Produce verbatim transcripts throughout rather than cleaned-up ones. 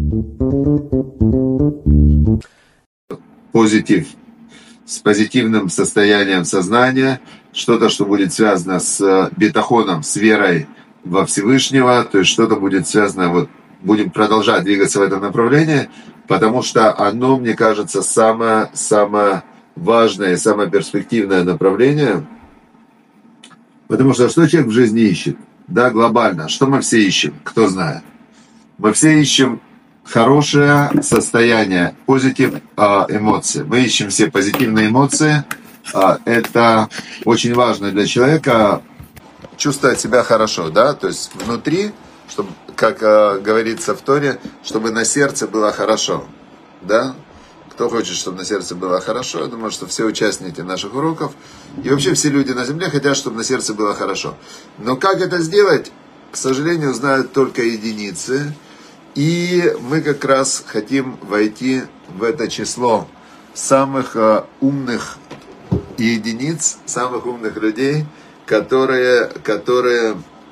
Позитив. С позитивным состоянием сознания, что-то, что будет связано с бетахоном, с верой во Всевышнего, то есть что-то будет связано, вот будем продолжать двигаться в этом направлении, потому что оно, мне кажется, самое, самое важное, самое перспективное направление, потому что что человек в жизни ищет? Да, глобально. Что мы все ищем? Кто знает? Мы все ищем хорошее состояние, позитив эмоции. Мы ищем все позитивные эмоции. Это очень важно для человека чувствовать себя хорошо, да, то есть внутри, чтобы, как говорится в Торе, чтобы на сердце было хорошо, да. Кто хочет, чтобы на сердце было хорошо? Я думаю, что все участники наших уроков и вообще все люди на земле хотят, чтобы на сердце было хорошо. Но как это сделать, к сожалению, знают только единицы. И мы как раз хотим войти в это число самых умных единиц, самых умных людей, которые, которые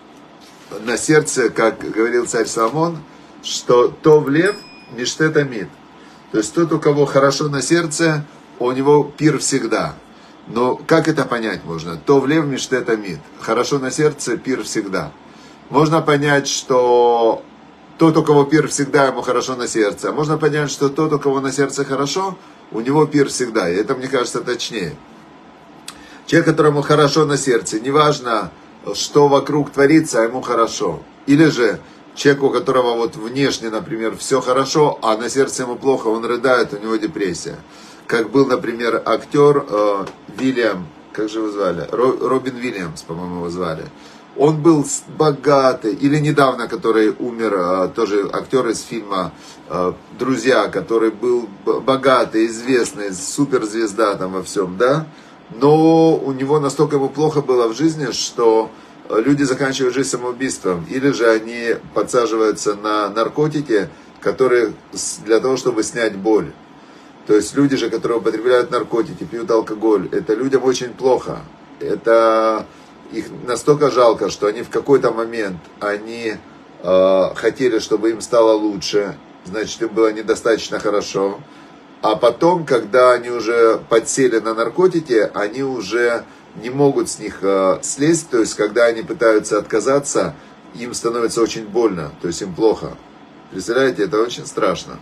на сердце, как говорил царь Соломон, что то влев миштет амид. То есть тот, у кого хорошо на сердце, у него пир всегда. Но как это понять можно? То влев миштет амид. Хорошо на сердце, пир всегда. Можно понять, что тот, у кого пир всегда, ему хорошо на сердце. А можно понять, что тот, у кого на сердце хорошо, у него пир всегда. И это, мне кажется, точнее. Человек, которому хорошо на сердце, неважно, что вокруг творится, а ему хорошо. Или же человек, у которого вот внешне, например, все хорошо, а на сердце ему плохо, он рыдает, у него депрессия. Как был, например, актер э, Вильям, как же его звали? Ро, Робин Уильямс, по-моему, его звали. Он был богатый, или недавно, который умер, тоже актер из фильма «Друзья», который был богатый, известный, суперзвезда там во всем, да? Но у него настолько ему плохо было в жизни, что люди заканчивают жизнь самоубийством. Или же они подсаживаются на наркотики, которые для того, чтобы снять боль. То есть люди же, которые употребляют наркотики, пьют алкоголь, это людям очень плохо. Это... Их настолько жалко, что они в какой-то момент они э, хотели, чтобы им стало лучше, значит, им было недостаточно хорошо. А потом, когда они уже подсели на наркотики, они уже не могут с них э, слезть. То есть, когда они пытаются отказаться, им становится очень больно, то есть им плохо. Представляете, это очень страшно.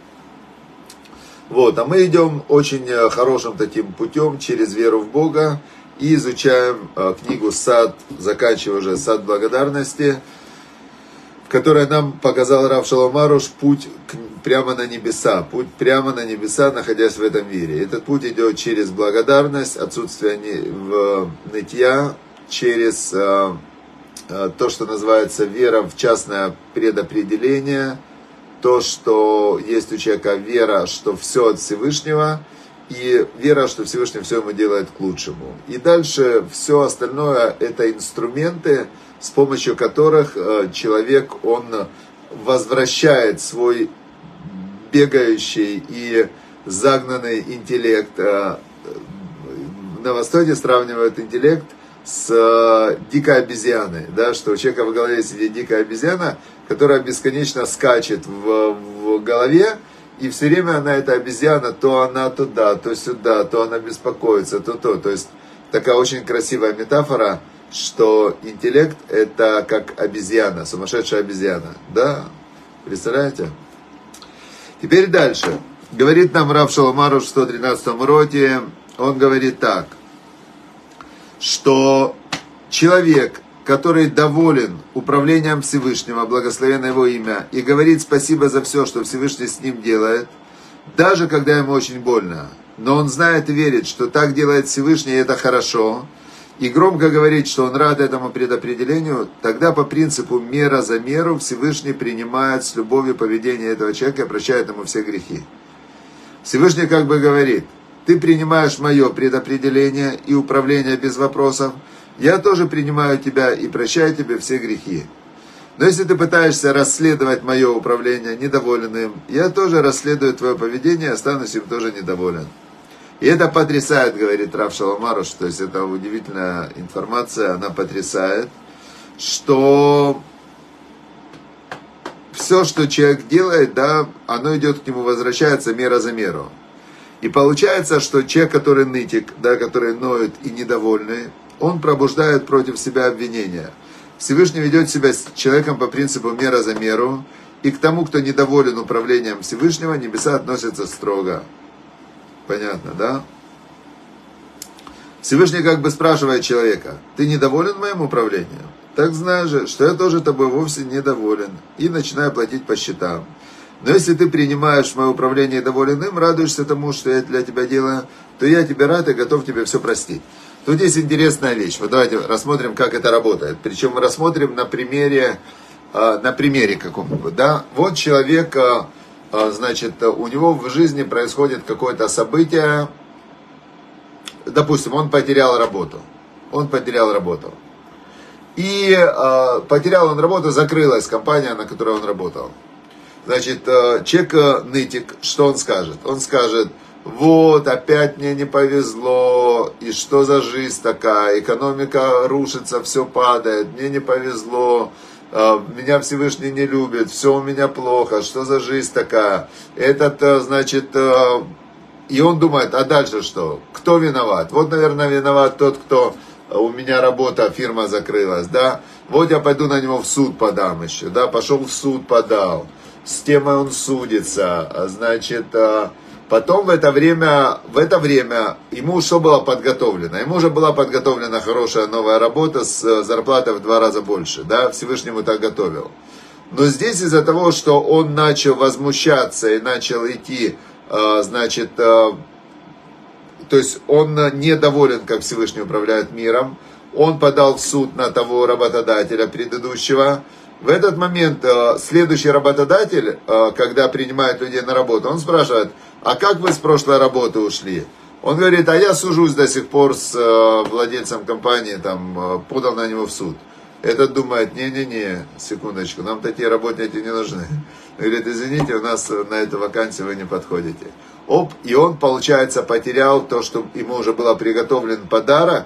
Вот, а мы идем очень хорошим таким путем через веру в Бога. И изучаем э, книгу «Сад», заканчивая уже «Сад благодарности», в которой нам показал Рав Шолом Аруш путь к, прямо на небеса, путь прямо на небеса, находясь в этом мире. Этот путь идет через благодарность, отсутствие в, нытья, через э, э, то, что называется вера в частное предопределение, то, что есть у человека вера, что все от Всевышнего, и вера, что Всевышний все ему делает к лучшему. И дальше все остальное это инструменты, с помощью которых человек, он возвращает свой бегающий и загнанный интеллект. На Востоке сравнивают интеллект с дикой обезьяной, да, что у человека в голове сидит дикая обезьяна, которая бесконечно скачет в, в голове, и все время она, эта обезьяна, то она туда, то сюда, то она беспокоится, то то. То есть такая очень красивая метафора, что интеллект это как обезьяна, сумасшедшая обезьяна. Да, представляете? Теперь дальше. Говорит нам Рав Шолом Аруш в сто тринадцатом уроке, он говорит так, что человек, который доволен управлением Всевышнего, благословенно его имя, и говорит спасибо за все, что Всевышний с ним делает, даже когда ему очень больно. Но он знает и верит, что так делает Всевышний, и это хорошо, и громко говорит, что он рад этому предопределению, тогда по принципу мера за меру Всевышний принимает с любовью поведение этого человека и прощает ему все грехи. Всевышний как бы говорит, ты принимаешь мое предопределение и управление без вопросов, я тоже принимаю тебя и прощаю тебе все грехи. Но если ты пытаешься расследовать мое управление недоволен им, я тоже расследую твое поведение и останусь им тоже недоволен. И это потрясает, говорит Рав Шолом Аруш, то есть это удивительная информация, она потрясает, что все, что человек делает, да, оно идет к нему, возвращается мера за меру. И получается, что человек, который нытик, да, который ноет и недовольный, он пробуждает против себя обвинения. Всевышний ведет себя с человеком по принципу мера за меру, и к тому, кто недоволен управлением Всевышнего, небеса относятся строго. Понятно, да? Всевышний как бы спрашивает человека: ты недоволен моим управлением? Так знай же, что я тоже тобой вовсе недоволен, и начинаю платить по счетам. Но если ты принимаешь мое управление и доволен им, радуешься тому, что я для тебя делаю, то я тебе рад и готов тебе все простить. Тут есть интересная вещь. Вот давайте рассмотрим, как это работает. Причем мы рассмотрим на примере, на примере каком-нибудь. Да? Вот человек, значит, у него в жизни происходит какое-то событие. Допустим, он потерял работу. Он потерял работу. И э, потерял он работу, закрылась компания, на которой он работал. Значит, э, человек нытик, что он скажет? Он скажет: вот, опять мне не повезло, и что за жизнь такая, экономика рушится, все падает, мне не повезло, э, меня Всевышний не любит, все у меня плохо, что за жизнь такая. Этот, э, значит, э, и он думает, а дальше что? Кто виноват? Вот, наверное, виноват тот, кто... У меня работа, фирма закрылась, да, вот я пойду на него в суд подам еще, да, пошел в суд подал, с темой он судится, значит, потом в это время, в это время ему что было подготовлено? Ему уже была подготовлена хорошая новая работа с зарплатой в два раза больше, да, Всевышний ему так готовил. Но здесь из-за того, что он начал возмущаться и начал идти, значит, то есть он недоволен, как Всевышний управляет миром. Он подал в суд на того работодателя предыдущего. В этот момент следующий работодатель, когда принимает людей на работу, он спрашивает: а как вы с прошлой работы ушли? Он говорит: а я сужусь до сих пор с владельцем компании, там, подал на него в суд. Этот думает: не-не-не, секундочку, нам такие работники не нужны. Он говорит: извините, у нас на эту вакансию вы не подходите. Оп, и он, получается, потерял то, что ему уже был приготовлен подарок.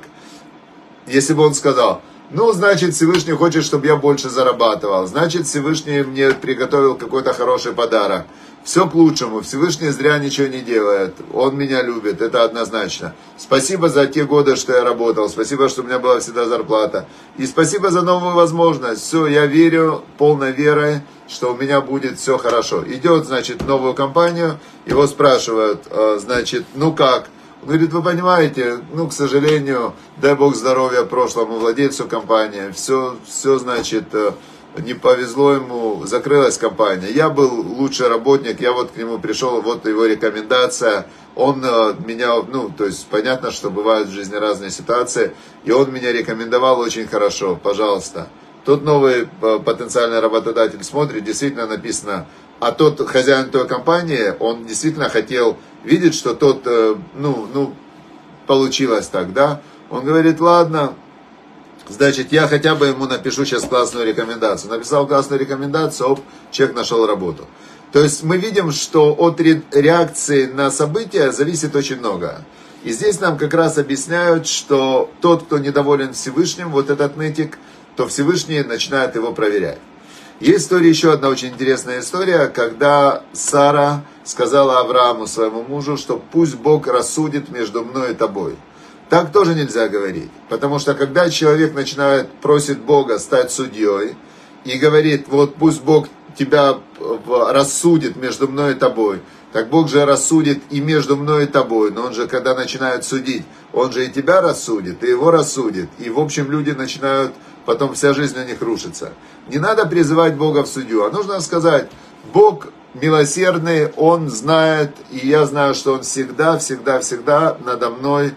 Если бы он сказал: ну, значит, Всевышний хочет, чтобы я больше зарабатывал, значит, Всевышний мне приготовил какой-то хороший подарок. Все к лучшему, Всевышний зря ничего не делает, он меня любит, это однозначно. Спасибо за те годы, что я работал, спасибо, что у меня была всегда зарплата. И спасибо за новую возможность. Все, я верю полной верой, что у меня будет все хорошо. Идет, значит, в новую компанию, его спрашивают, значит, ну как? Он говорит: вы понимаете, ну, к сожалению, дай Бог здоровья прошлому владельцу компании, все, все, значит, не повезло ему, закрылась компания. Я был лучший работник, я вот к нему пришел, вот его рекомендация. Он меня, ну, то есть понятно, что бывают в жизни разные ситуации, и он меня рекомендовал очень хорошо, пожалуйста. Тот новый потенциальный работодатель смотрит, действительно написано, а тот хозяин той компании, он действительно хотел видеть, что тот, ну, ну, получилось так, да. Он говорит: ладно, значит, я хотя бы ему напишу сейчас классную рекомендацию. Написал классную рекомендацию, оп, человек нашел работу. То есть мы видим, что от реакции на события зависит очень много. И здесь нам как раз объясняют, что тот, кто недоволен Всевышним, вот этот нытик, то Всевышний начинает его проверять. Есть история, еще одна очень интересная история, когда Сара сказала Аврааму, своему мужу, что пусть Бог рассудит между мной и тобой. Так тоже нельзя говорить, потому что когда человек начинает, просит Бога стать судьей и говорит: вот пусть Бог тебя рассудит между мной и тобой, так Бог же рассудит и между мной и тобой, но он же, когда начинает судить, он же и тебя рассудит, и его рассудит, и в общем люди начинают, потом вся жизнь у них рушится. Не надо призывать Бога в судью, а нужно сказать: Бог милосердный, Он знает, и я знаю, что Он всегда, всегда, всегда надо мной,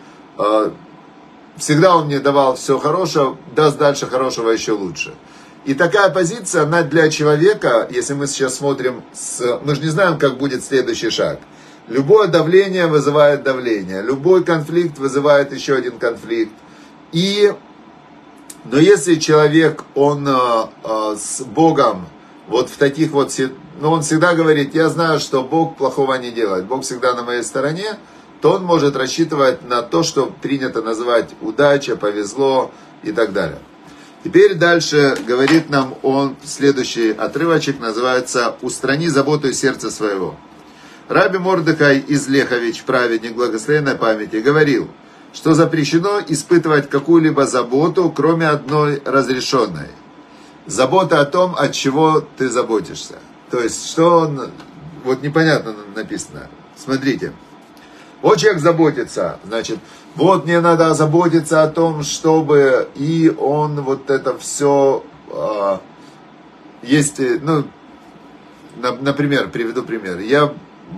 всегда Он мне давал все хорошее, даст дальше хорошего еще лучше. И такая позиция, она для человека, если мы сейчас смотрим, с, мы же не знаем, как будет следующий шаг. Любое давление вызывает давление, любой конфликт вызывает еще один конфликт. И, но если человек, он э, с Богом, вот в таких вот, ну он всегда говорит: я знаю, что Бог плохого не делает, Бог всегда на моей стороне, то он может рассчитывать на то, что принято называть удача, повезло и так далее. Теперь дальше говорит нам он, следующий отрывочек называется «Устрани заботу из сердца своего». Раби Мордехай из Лехович, праведник благословенной памяти, говорил, что запрещено испытывать какую-либо заботу, кроме одной разрешенной. Забота о том, от чего ты заботишься. То есть, что он... Вот непонятно написано. Смотрите. Вот человек заботится, значит, вот мне надо заботиться о том, чтобы... И он вот это все... Э, есть, ну, на, например, приведу пример. Я...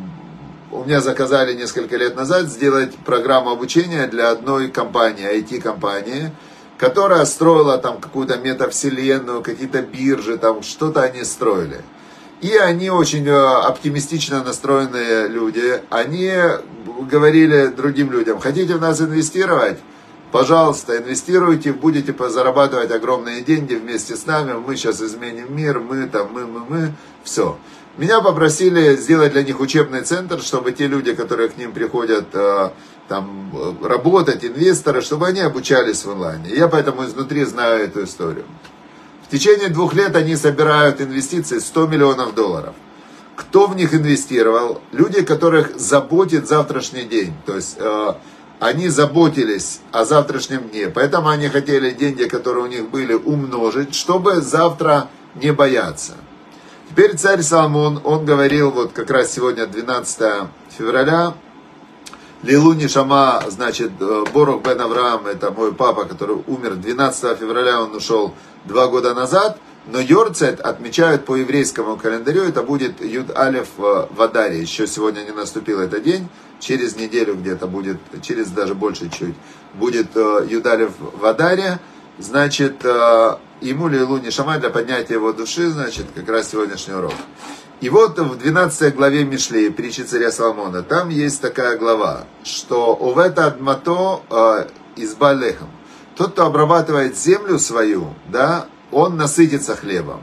У меня заказали несколько лет назад сделать программу обучения для одной компании, ай ти-компании, которая строила там какую-то метавселенную, какие-то биржи, там что-то они строили. И они очень оптимистично настроенные люди, они говорили другим людям, хотите в нас инвестировать? Пожалуйста, инвестируйте, будете зарабатывать огромные деньги вместе с нами, мы сейчас изменим мир, мы там, мы, мы, мы, все. Меня попросили сделать для них учебный центр, чтобы те люди, которые к ним приходят там, работать, инвесторы, чтобы они обучались в онлайне. Я поэтому изнутри знаю эту историю. В течение двух лет они собирают инвестиции сто миллионов долларов. Кто в них инвестировал? Люди, которых заботит завтрашний день. То есть э, они заботились о завтрашнем дне. Поэтому они хотели деньги, которые у них были, умножить, чтобы завтра не бояться. Теперь царь Соломон, он говорил, вот как раз сегодня двенадцатое февраля, Лилу Нишама, значит, Борух бен Авраам, это мой папа, который умер двенадцатого февраля, он ушел два года назад, но Йорцайт отмечают по еврейскому календарю, это будет Юд Алеф в Адаре, еще сегодня не наступил этот день, через неделю где-то будет, через даже больше чуть, будет Юд Алеф в Адаре, значит, ему Лилу Нишама для поднятия его души, значит, как раз сегодняшний урок. И вот в двенадцатой главе Мишлей, притчи царя Соломона, там есть такая глава, что «Овет адмато э, изба лехем». Тот, кто обрабатывает землю свою, да, он насытится хлебом.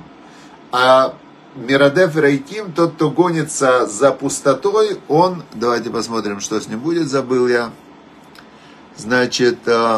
А Мирадеф Райтим, тот, кто гонится за пустотой, он... Давайте посмотрим, что с ним будет, забыл я. Значит, э,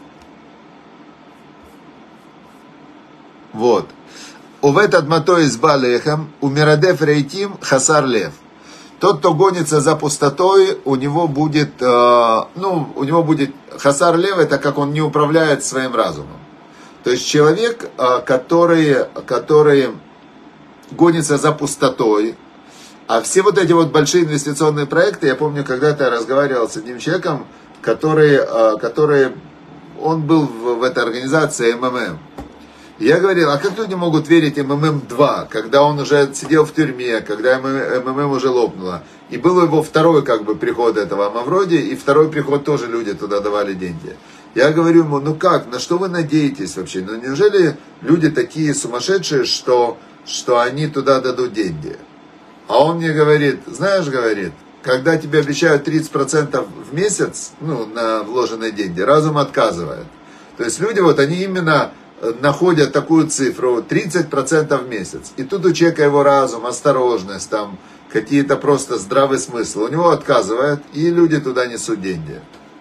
вот. Увет адмато изба лехем, умирадеф рейтим хасар лев. Тот, кто гонится за пустотой, у него будет, э, ну, у него будет хасар лев, это как он не управляет своим разумом. То есть человек, э, который, который гонится за пустотой, а все вот эти вот большие инвестиционные проекты, я помню, когда-то я разговаривал с одним человеком, который, э, который он был в, в этой организации эм эм эм. Я говорил, а как люди могут верить эм эм эм два, когда он уже сидел в тюрьме, когда эм эм эм уже лопнуло. И был его второй как бы приход этого Мавроди, и второй приход тоже люди туда давали деньги. Я говорю ему, ну как, на что вы надеетесь вообще? Ну неужели люди такие сумасшедшие, что, что они туда дадут деньги? А он мне говорит, знаешь, говорит, когда тебе обещают тридцать процентов в месяц, ну, на вложенные деньги, разум отказывает. То есть люди вот, они именно... находят такую цифру тридцать процентов в месяц. И тут у человека его разум, осторожность, там какие-то просто здравый смысл. У него отказывает, и люди туда несут деньги.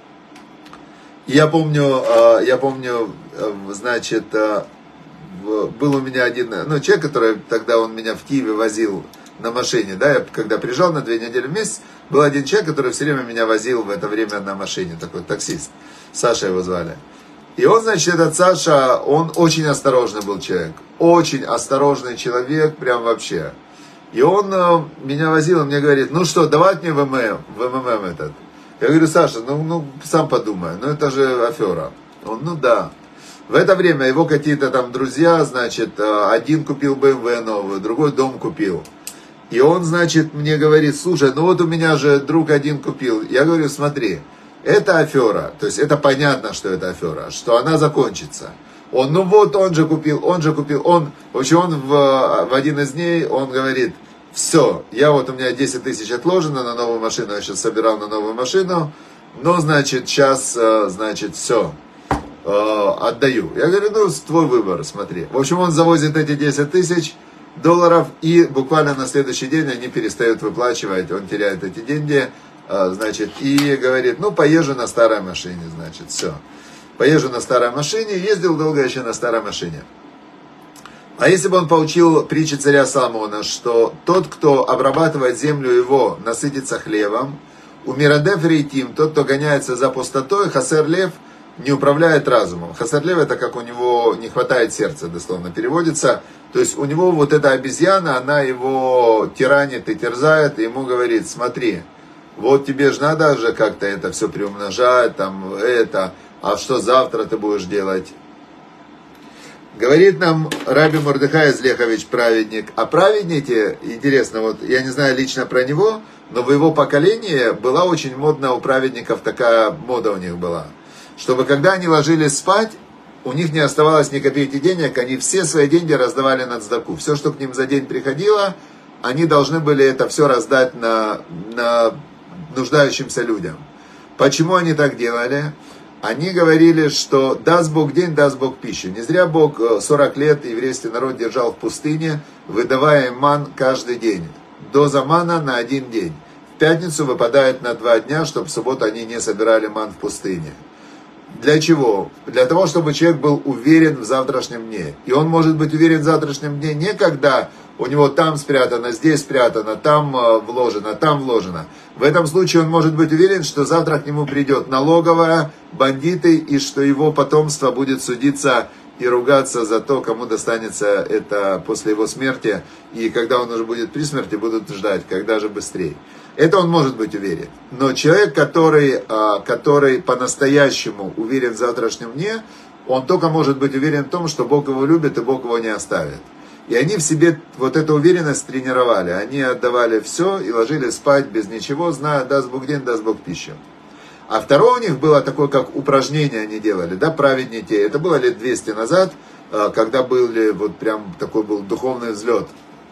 Я помню, я помню, значит, был у меня один, ну, человек, который тогда он меня в Киеве возил на машине, да, я когда приезжал на две недели в месяц, был один человек, который все время меня возил в это время на машине, такой таксист, Саша его звали. И он, значит, этот Саша, он очень осторожный был человек. Очень осторожный человек, прям вообще. И он э, меня возил, и мне говорит, ну что, давай мне в эм эм, в эм эм эм этот. Я говорю, Саша, ну, ну сам подумай, ну это же афера. Он, ну да. В это время его какие-то там друзья, значит, один купил бэ эм вэ новую, другой дом купил. И он, значит, мне говорит, слушай, ну вот у меня же друг один купил. Я говорю, смотри. Это афера, то есть это понятно, что это афера, что она закончится. Он, ну вот, он же купил, он же купил, он, в общем, он в, в один из дней, он говорит, все, я вот, у меня десять тысяч отложено на новую машину, я сейчас собирал на новую машину, но, значит, сейчас, значит, все, отдаю. Я говорю, ну, твой выбор, смотри. В общем, он завозит эти десять тысяч долларов, и буквально на следующий день они перестают выплачивать, он теряет эти деньги. Значит, и говорит, ну, поезжу на старой машине, значит, все. поезжу на старой машине, ездил долго еще на старой машине. А если бы он получил притчи царя Соломона, что тот, кто обрабатывает землю его, насытится хлебом, у мирадев рейтим, тот, кто гоняется за пустотой, хасер лев, не управляет разумом. Хасер лев — это как у него не хватает сердца, дословно переводится. То есть у него вот эта обезьяна, она его тиранит и терзает, и ему говорит: смотри, вот тебе же надо же как-то это все приумножать, там это, а что завтра ты будешь делать? Говорит нам Раби Мордехай Злехович, праведник. А праведники, интересно, вот я не знаю лично про него, но в его поколении была очень модна у праведников, такая мода у них была, чтобы когда они ложились спать, у них не оставалось ни копейки денег, они все свои деньги раздавали на цдаку. Все, что к ним за день приходило, они должны были это все раздать на, на нуждающимся людям. Почему они так делали? Они говорили, что даст Бог день, даст Бог пищу. Не зря Бог сорок лет еврейский народ держал в пустыне, выдавая им ман каждый день. Доза мана на один день. В пятницу выпадает на два дня, чтобы в субботу они не собирали ман в пустыне. Для чего? Для того, чтобы человек был уверен в завтрашнем дне. И он может быть уверен в завтрашнем дне не когда у него там спрятано, здесь спрятано, там вложено, там вложено. В этом случае он может быть уверен, что завтра к нему придет налоговая, бандиты, и что его потомство будет судиться и ругаться за то, кому достанется это после его смерти. И когда он уже будет при смерти, будут ждать, когда же быстрее. Это он может быть уверен. Но человек, который, который по-настоящему уверен в завтрашнем дне, он только может быть уверен в том, что Бог его любит и Бог его не оставит. И они в себе вот эту уверенность тренировали. Они отдавали все и ложились спать без ничего, зная, даст Бог день, даст Бог пищу. А второе у них было такое, как упражнение они делали, да, праведники. Это было лет двести назад, когда были, вот прям такой был духовный взлет.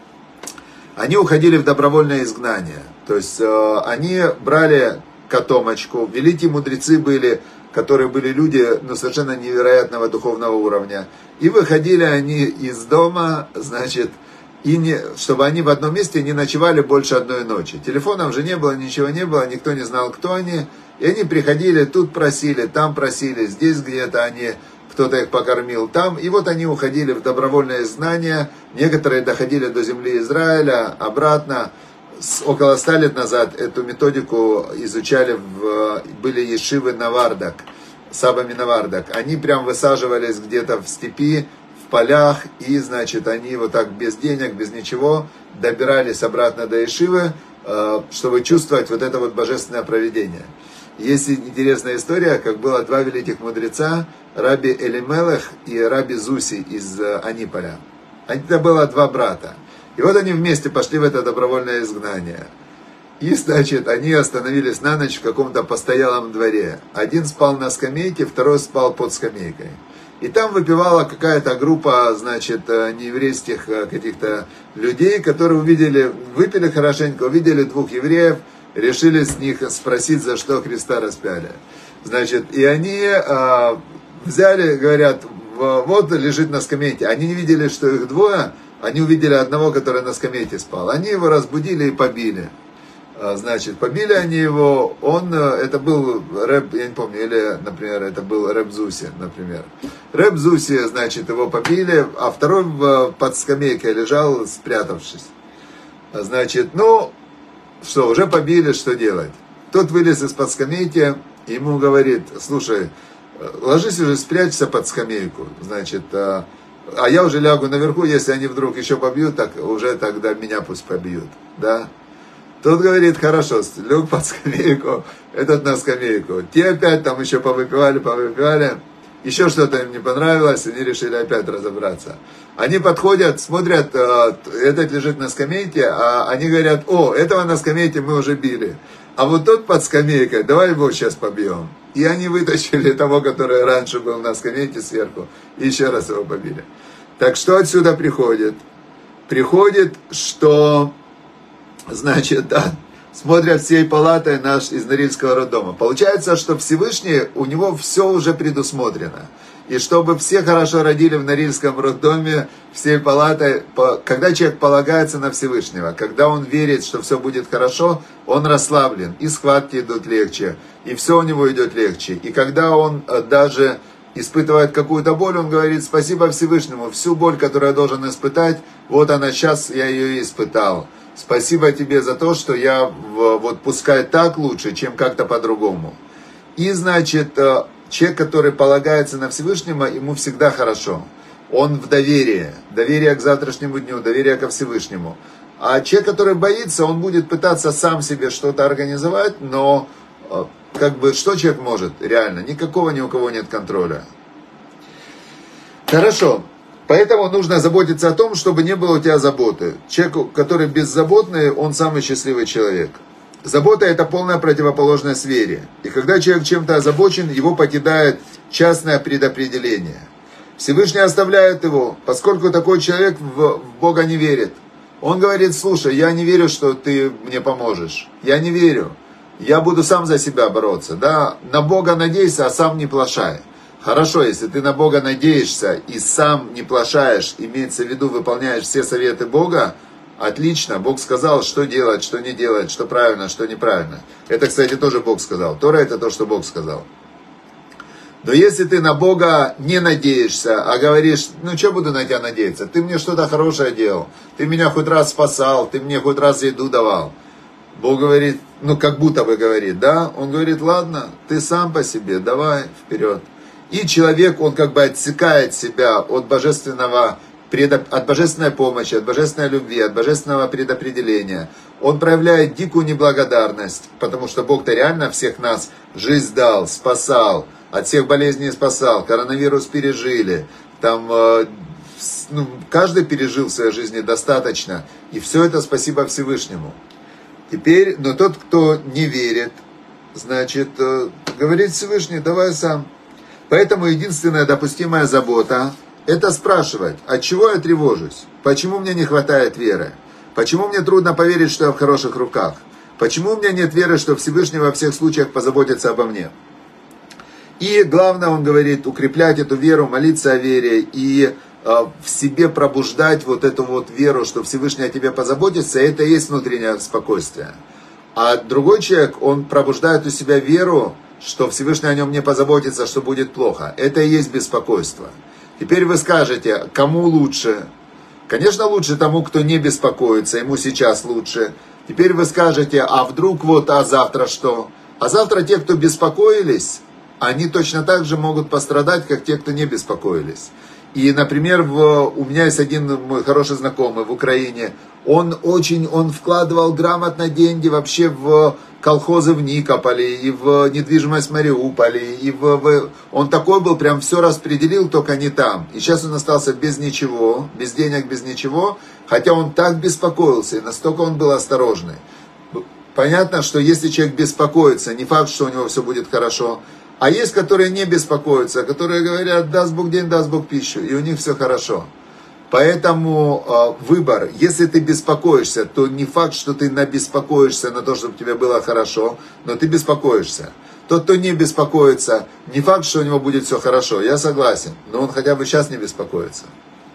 Они уходили в добровольное изгнание. То есть они брали котомочку, великие мудрецы были, которые были люди, ну, совершенно невероятного духовного уровня. И выходили они из дома, значит, и не, чтобы они в одном месте не ночевали больше одной ночи. Телефонов же не было, ничего не было, никто не знал, кто они. И они приходили, тут просили, там просили, здесь где-то они, кто-то их покормил там. И вот они уходили в добровольное изгнание. Некоторые доходили до земли Израиля, обратно. С, около ста лет назад эту методику изучали, в, были ешивы Навардак, сабами Навардак. Они прям высаживались где-то в степи, в полях, и, значит, они вот так без денег, без ничего добирались обратно до ешивы, чтобы чувствовать вот это вот божественное провидение. Есть интересная история, как было два великих мудреца, Раби Элимелех и Раби Зуси из Аниполя. Это было два брата. И вот они вместе пошли в это добровольное изгнание. И, значит, они остановились на ночь в каком-то постоялом дворе. Один спал на скамейке, второй спал под скамейкой. И там выпивала какая-то группа, значит, нееврейских каких-то людей, которые увидели, выпили хорошенько, увидели двух евреев, решили с них спросить, за что Христа распяли. Значит, и они э, взяли, говорят, вот лежит на скамейке. Они не видели, что их двое. Они увидели одного, который на скамейке спал. Они его разбудили и побили. Значит, побили они его. Он, это был Реб, я не помню, или, например, это был Реб Зуси, например. Реб Зуси, значит, его побили, а второй под скамейкой лежал, спрятавшись. Значит, ну, что, уже побили, что делать? Тот вылез из-под скамейки, и ему говорит: слушай, ложись уже, спрячься под скамейку. Значит, а я уже лягу наверху, если они вдруг еще побьют, так уже тогда меня пусть побьют, да. Тот говорит: хорошо, лег под скамейку, этот на скамейку. Те опять там еще повыпивали, повыпивали, еще что-то им не понравилось, они решили опять разобраться. Они подходят, смотрят, этот лежит на скамейке, а они говорят: о, этого на скамейке мы уже били, а вот тот под скамейкой, давай его сейчас побьем. И они вытащили того, который раньше был на скамейке сверху, и еще раз его побили. Так что отсюда приходит? Приходит, что, значит, да, смотрят всей палатой наш из Норильского роддома. Получается, что Всевышний, у него все уже предусмотрено. И чтобы все хорошо родили в Норильском роддоме, всей палатой, когда человек полагается на Всевышнего, когда он верит, что все будет хорошо, он расслаблен, и схватки идут легче, и все у него идет легче. И когда он даже испытывает какую-то боль, он говорит: спасибо Всевышнему, всю боль, которую я должен испытать, вот она сейчас, я ее и испытал. Спасибо тебе за то, что я, вот пускай так лучше, чем как-то по-другому. И, значит, человек, который полагается на Всевышнего, ему всегда хорошо. Он в доверии, доверие к завтрашнему дню, доверие ко Всевышнему. А человек, который боится, он будет пытаться сам себе что-то организовать, но как бы что человек может реально? Никакого ни у кого нет контроля. Хорошо. Поэтому нужно заботиться о том, чтобы не было у тебя заботы. Человек, который беззаботный, он самый счастливый человек. Забота – это полная противоположность вере. И когда человек чем-то озабочен, его покидает частное предопределение. Всевышний оставляет его, поскольку такой человек в Бога не верит. Он говорит: слушай, я не верю, что ты мне поможешь. Я не верю. Я буду сам за себя бороться. Да? На Бога надейся, а сам не плашай. Хорошо, если ты на Бога надеешься и сам не плашаешь, имеется в виду, выполняешь все советы Бога, отлично. Бог сказал, что делать, что не делать, что правильно, что неправильно. Это, кстати, тоже Бог сказал. Тора – это то, что Бог сказал. Но если ты на Бога не надеешься, а говоришь: ну что буду на тебя надеяться, ты мне что-то хорошее делал, ты меня хоть раз спасал, ты мне хоть раз еду давал. Бог говорит, ну как будто бы говорит, да, он говорит: ладно, ты сам по себе, давай вперед. И человек, он как бы отсекает себя от божественного, от божественной помощи, от божественной любви, от божественного предопределения. Он проявляет дикую неблагодарность, потому что Бог-то реально всех нас жизнь дал, спасал, от всех болезней спасал, коронавирус пережили, там, э, ну, каждый пережил в своей жизни достаточно, и все это спасибо Всевышнему. Теперь, но тот, кто не верит, значит, э, говорит Всевышний: давай сам. Поэтому единственная допустимая забота – это спрашивать: от чего я тревожусь, почему мне не хватает веры, почему мне трудно поверить, что я в хороших руках, почему у меня нет веры, что Всевышний во всех случаях позаботится обо мне. И главное, он говорит, укреплять эту веру, молиться о вере и э, в себе пробуждать вот эту вот веру, что Всевышний о тебе позаботится, и это и есть внутреннее спокойствие. А другой человек, он пробуждает у себя веру, что Всевышний о нем не позаботится, что будет плохо. Это и есть беспокойство. Теперь вы скажете, кому лучше? Конечно, лучше тому, кто не беспокоится, ему сейчас лучше. Теперь вы скажете, а вдруг вот, а завтра что? А завтра те, кто беспокоились, они точно так же могут пострадать, как те, кто не беспокоились. И, например, в, у меня есть один мой хороший знакомый в Украине, он очень, он вкладывал грамотно деньги вообще в колхозы в Никополе, и в недвижимость в Мариуполе, и в, в... он такой был, прям все распределил, только не там. И сейчас он остался без ничего, без денег, без ничего, хотя он так беспокоился, и настолько он был осторожный. Понятно, что если человек беспокоится, не факт, что у него все будет хорошо. А есть, которые не беспокоятся, которые говорят: даст Бог день, даст Бог пищу, и у них все хорошо. Поэтому э, выбор, если ты беспокоишься, то не факт, что ты набеспокоишься на то, чтобы тебе было хорошо, но ты беспокоишься. Тот, кто не беспокоится, не факт, что у него будет все хорошо, я согласен, но он хотя бы сейчас не беспокоится.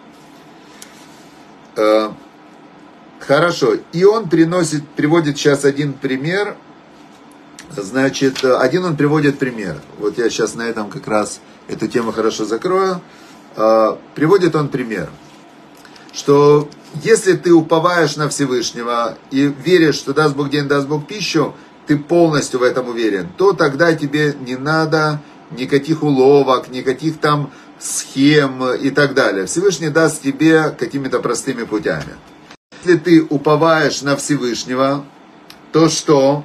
Э, хорошо, и он приносит, приводит сейчас один пример. Значит, один он приводит пример. Вот я сейчас на этом как раз эту тему хорошо закрою. Приводит он пример, что если ты уповаешь на Всевышнего и веришь, что даст Бог день, даст Бог пищу, ты полностью в этом уверен, то тогда тебе не надо никаких уловок, никаких там схем и так далее. Всевышний даст тебе какими-то простыми путями. Если ты уповаешь на Всевышнего, то что?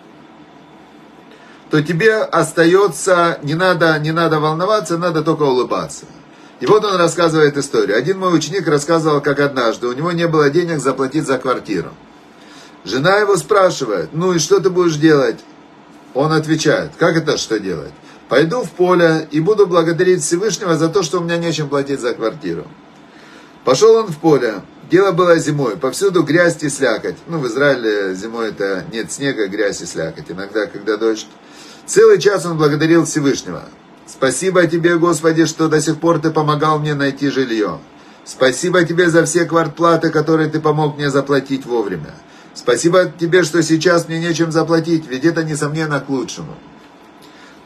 То тебе остается, не надо, не надо волноваться, надо только улыбаться. И вот он рассказывает историю. Один мой ученик рассказывал, как однажды у него не было денег заплатить за квартиру. Жена его спрашивает: ну и что ты будешь делать? Он отвечает: как это что делать? Пойду в поле и буду благодарить Всевышнего за то, что у меня нечем платить за квартиру. Пошел он в поле. Дело было зимой, повсюду грязь и слякоть. Ну, в Израиле зимой это нет снега, грязь и слякоть. Иногда, когда дождь. Целый час он благодарил Всевышнего. Спасибо тебе, Господи, что до сих пор ты помогал мне найти жилье. Спасибо тебе за все квартплаты, которые ты помог мне заплатить вовремя. Спасибо тебе, что сейчас мне нечем заплатить, ведь это, несомненно, к лучшему.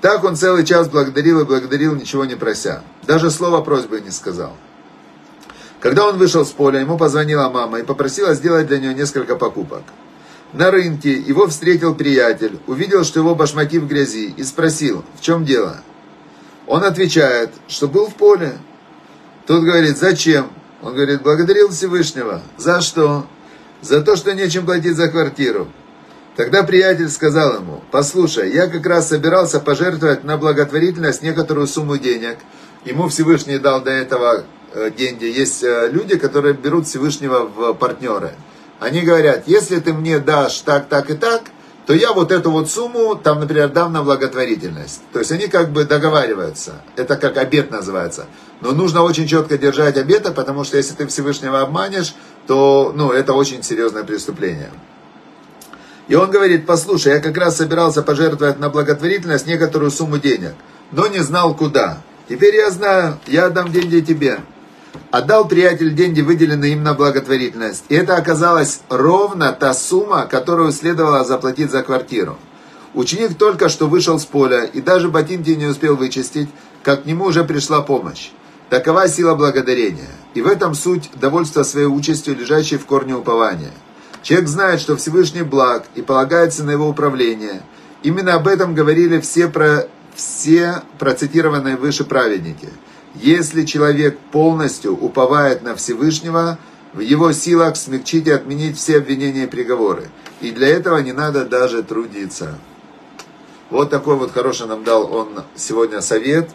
Так он целый час благодарил и благодарил, ничего не прося. Даже слова просьбы не сказал. Когда он вышел с поля, ему позвонила мама и попросила сделать для нее несколько покупок. На рынке его встретил приятель, увидел, что его башмаки в грязи, и спросил, в чем дело. Он отвечает, что был в поле. Тот говорит, зачем? Он говорит, благодарил Всевышнего. За что? За то, что нечем платить за квартиру. Тогда приятель сказал ему, послушай, я как раз собирался пожертвовать на благотворительность некоторую сумму денег. Ему Всевышний дал до этого деньги. Есть люди, которые берут Всевышнего в партнеры. Они говорят, если ты мне дашь так, так и так, то я вот эту вот сумму, там, например, дам на благотворительность. То есть они как бы договариваются. Это как обет называется. Но нужно очень четко держать обеты, потому что если ты Всевышнего обманешь, то ну, это очень серьезное преступление. И он говорит, послушай, я как раз собирался пожертвовать на благотворительность некоторую сумму денег, но не знал куда. Теперь я знаю, я отдам деньги тебе. Отдал приятель деньги, выделенные им на благотворительность. И это оказалась ровно та сумма, которую следовало заплатить за квартиру. Ученик только что вышел с поля и даже ботинки не успел вычистить, как к нему уже пришла помощь. Такова сила благодарения. И в этом суть довольства своей участью, лежащей в корне упования. Человек знает, что Всевышний благ и полагается на его управление. Именно об этом говорили все, про, все процитированные выше праведники. Если человек полностью уповает на Всевышнего, в его силах смягчить и отменить все обвинения и приговоры. И для этого не надо даже трудиться. Вот такой вот хороший нам дал он сегодня совет.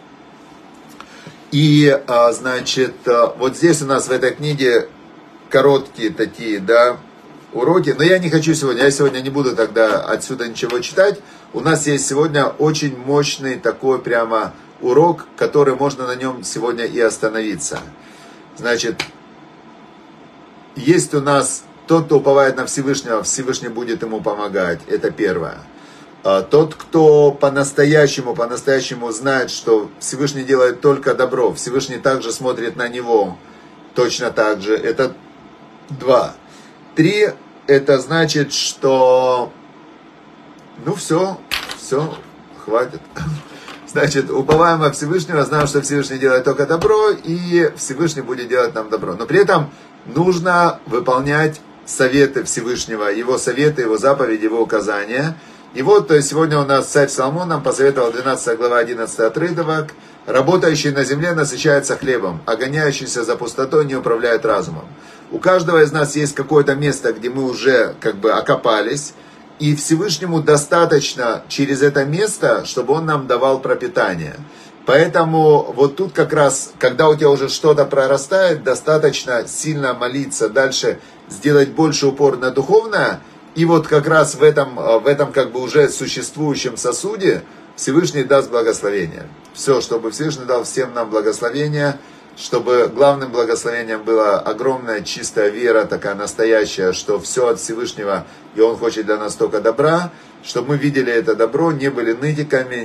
И, значит, вот здесь у нас в этой книге короткие такие, да, уроки. Но я не хочу сегодня, я сегодня не буду тогда отсюда ничего читать. У нас есть сегодня очень мощный такой прямо урок, который можно на нем сегодня и остановиться. Значит, есть у нас тот, кто уповает на Всевышнего, Всевышний будет ему помогать. Это первое. Тот, кто по-настоящему, по-настоящему знает, что Всевышний делает только добро, Всевышний также смотрит на него, точно так же. Это два. Три, это значит, что, ну все, все, хватит. Значит, уповаем на Всевышнего, знаем, что Всевышний делает только добро, и Всевышний будет делать нам добро. Но при этом нужно выполнять советы Всевышнего, его советы, его заповеди, его указания. И вот, то есть сегодня у нас царь Соломон нам посоветовал двенадцатая глава, одиннадцатый отрывок. Работающий на земле насыщается хлебом, а гоняющийся за пустотой не управляет разумом. У каждого из нас есть какое-то место, где мы уже как бы окопались, и Всевышнему достаточно через это место, чтобы он нам давал пропитание. Поэтому вот тут как раз, когда у тебя уже что-то прорастает, достаточно сильно молиться, дальше сделать больше упор на духовное, и вот как раз в этом, в этом как бы уже существующем сосуде Всевышний даст благословение. Все, чтобы Всевышний дал всем нам благословение, чтобы главным благословением была огромная чистая вера, такая настоящая, что все от Всевышнего, и Он хочет для нас только добра, чтобы мы видели это добро, не были нытиками,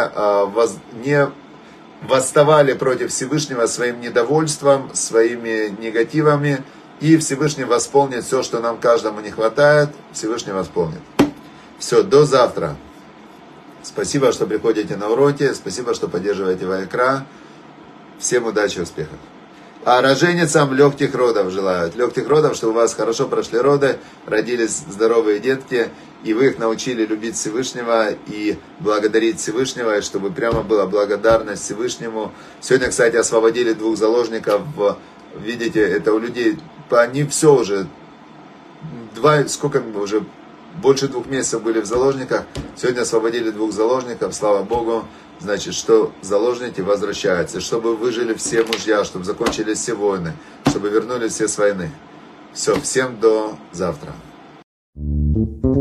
не, не восставали против Всевышнего своим недовольством, своими негативами, и Всевышний восполнит все, что нам каждому не хватает, Всевышний восполнит. Все, до завтра. Спасибо, что приходите на уроки, спасибо, что поддерживаете Вайкра. Всем удачи и успехов. А роженицам легких родов желают. Легких родов, чтобы у вас хорошо прошли роды, родились здоровые детки, и вы их научили любить Всевышнего и благодарить Всевышнего, и чтобы прямо была благодарность Всевышнему. Сегодня, кстати, освободили двух заложников. Видите, это у людей, они все уже, два, сколько уже, больше двух месяцев были в заложниках. Сегодня освободили двух заложников, слава Богу. Значит, что заложники возвращаются, чтобы выжили все мужья, чтобы закончились все войны, чтобы вернулись все с войны. Все, всем до завтра.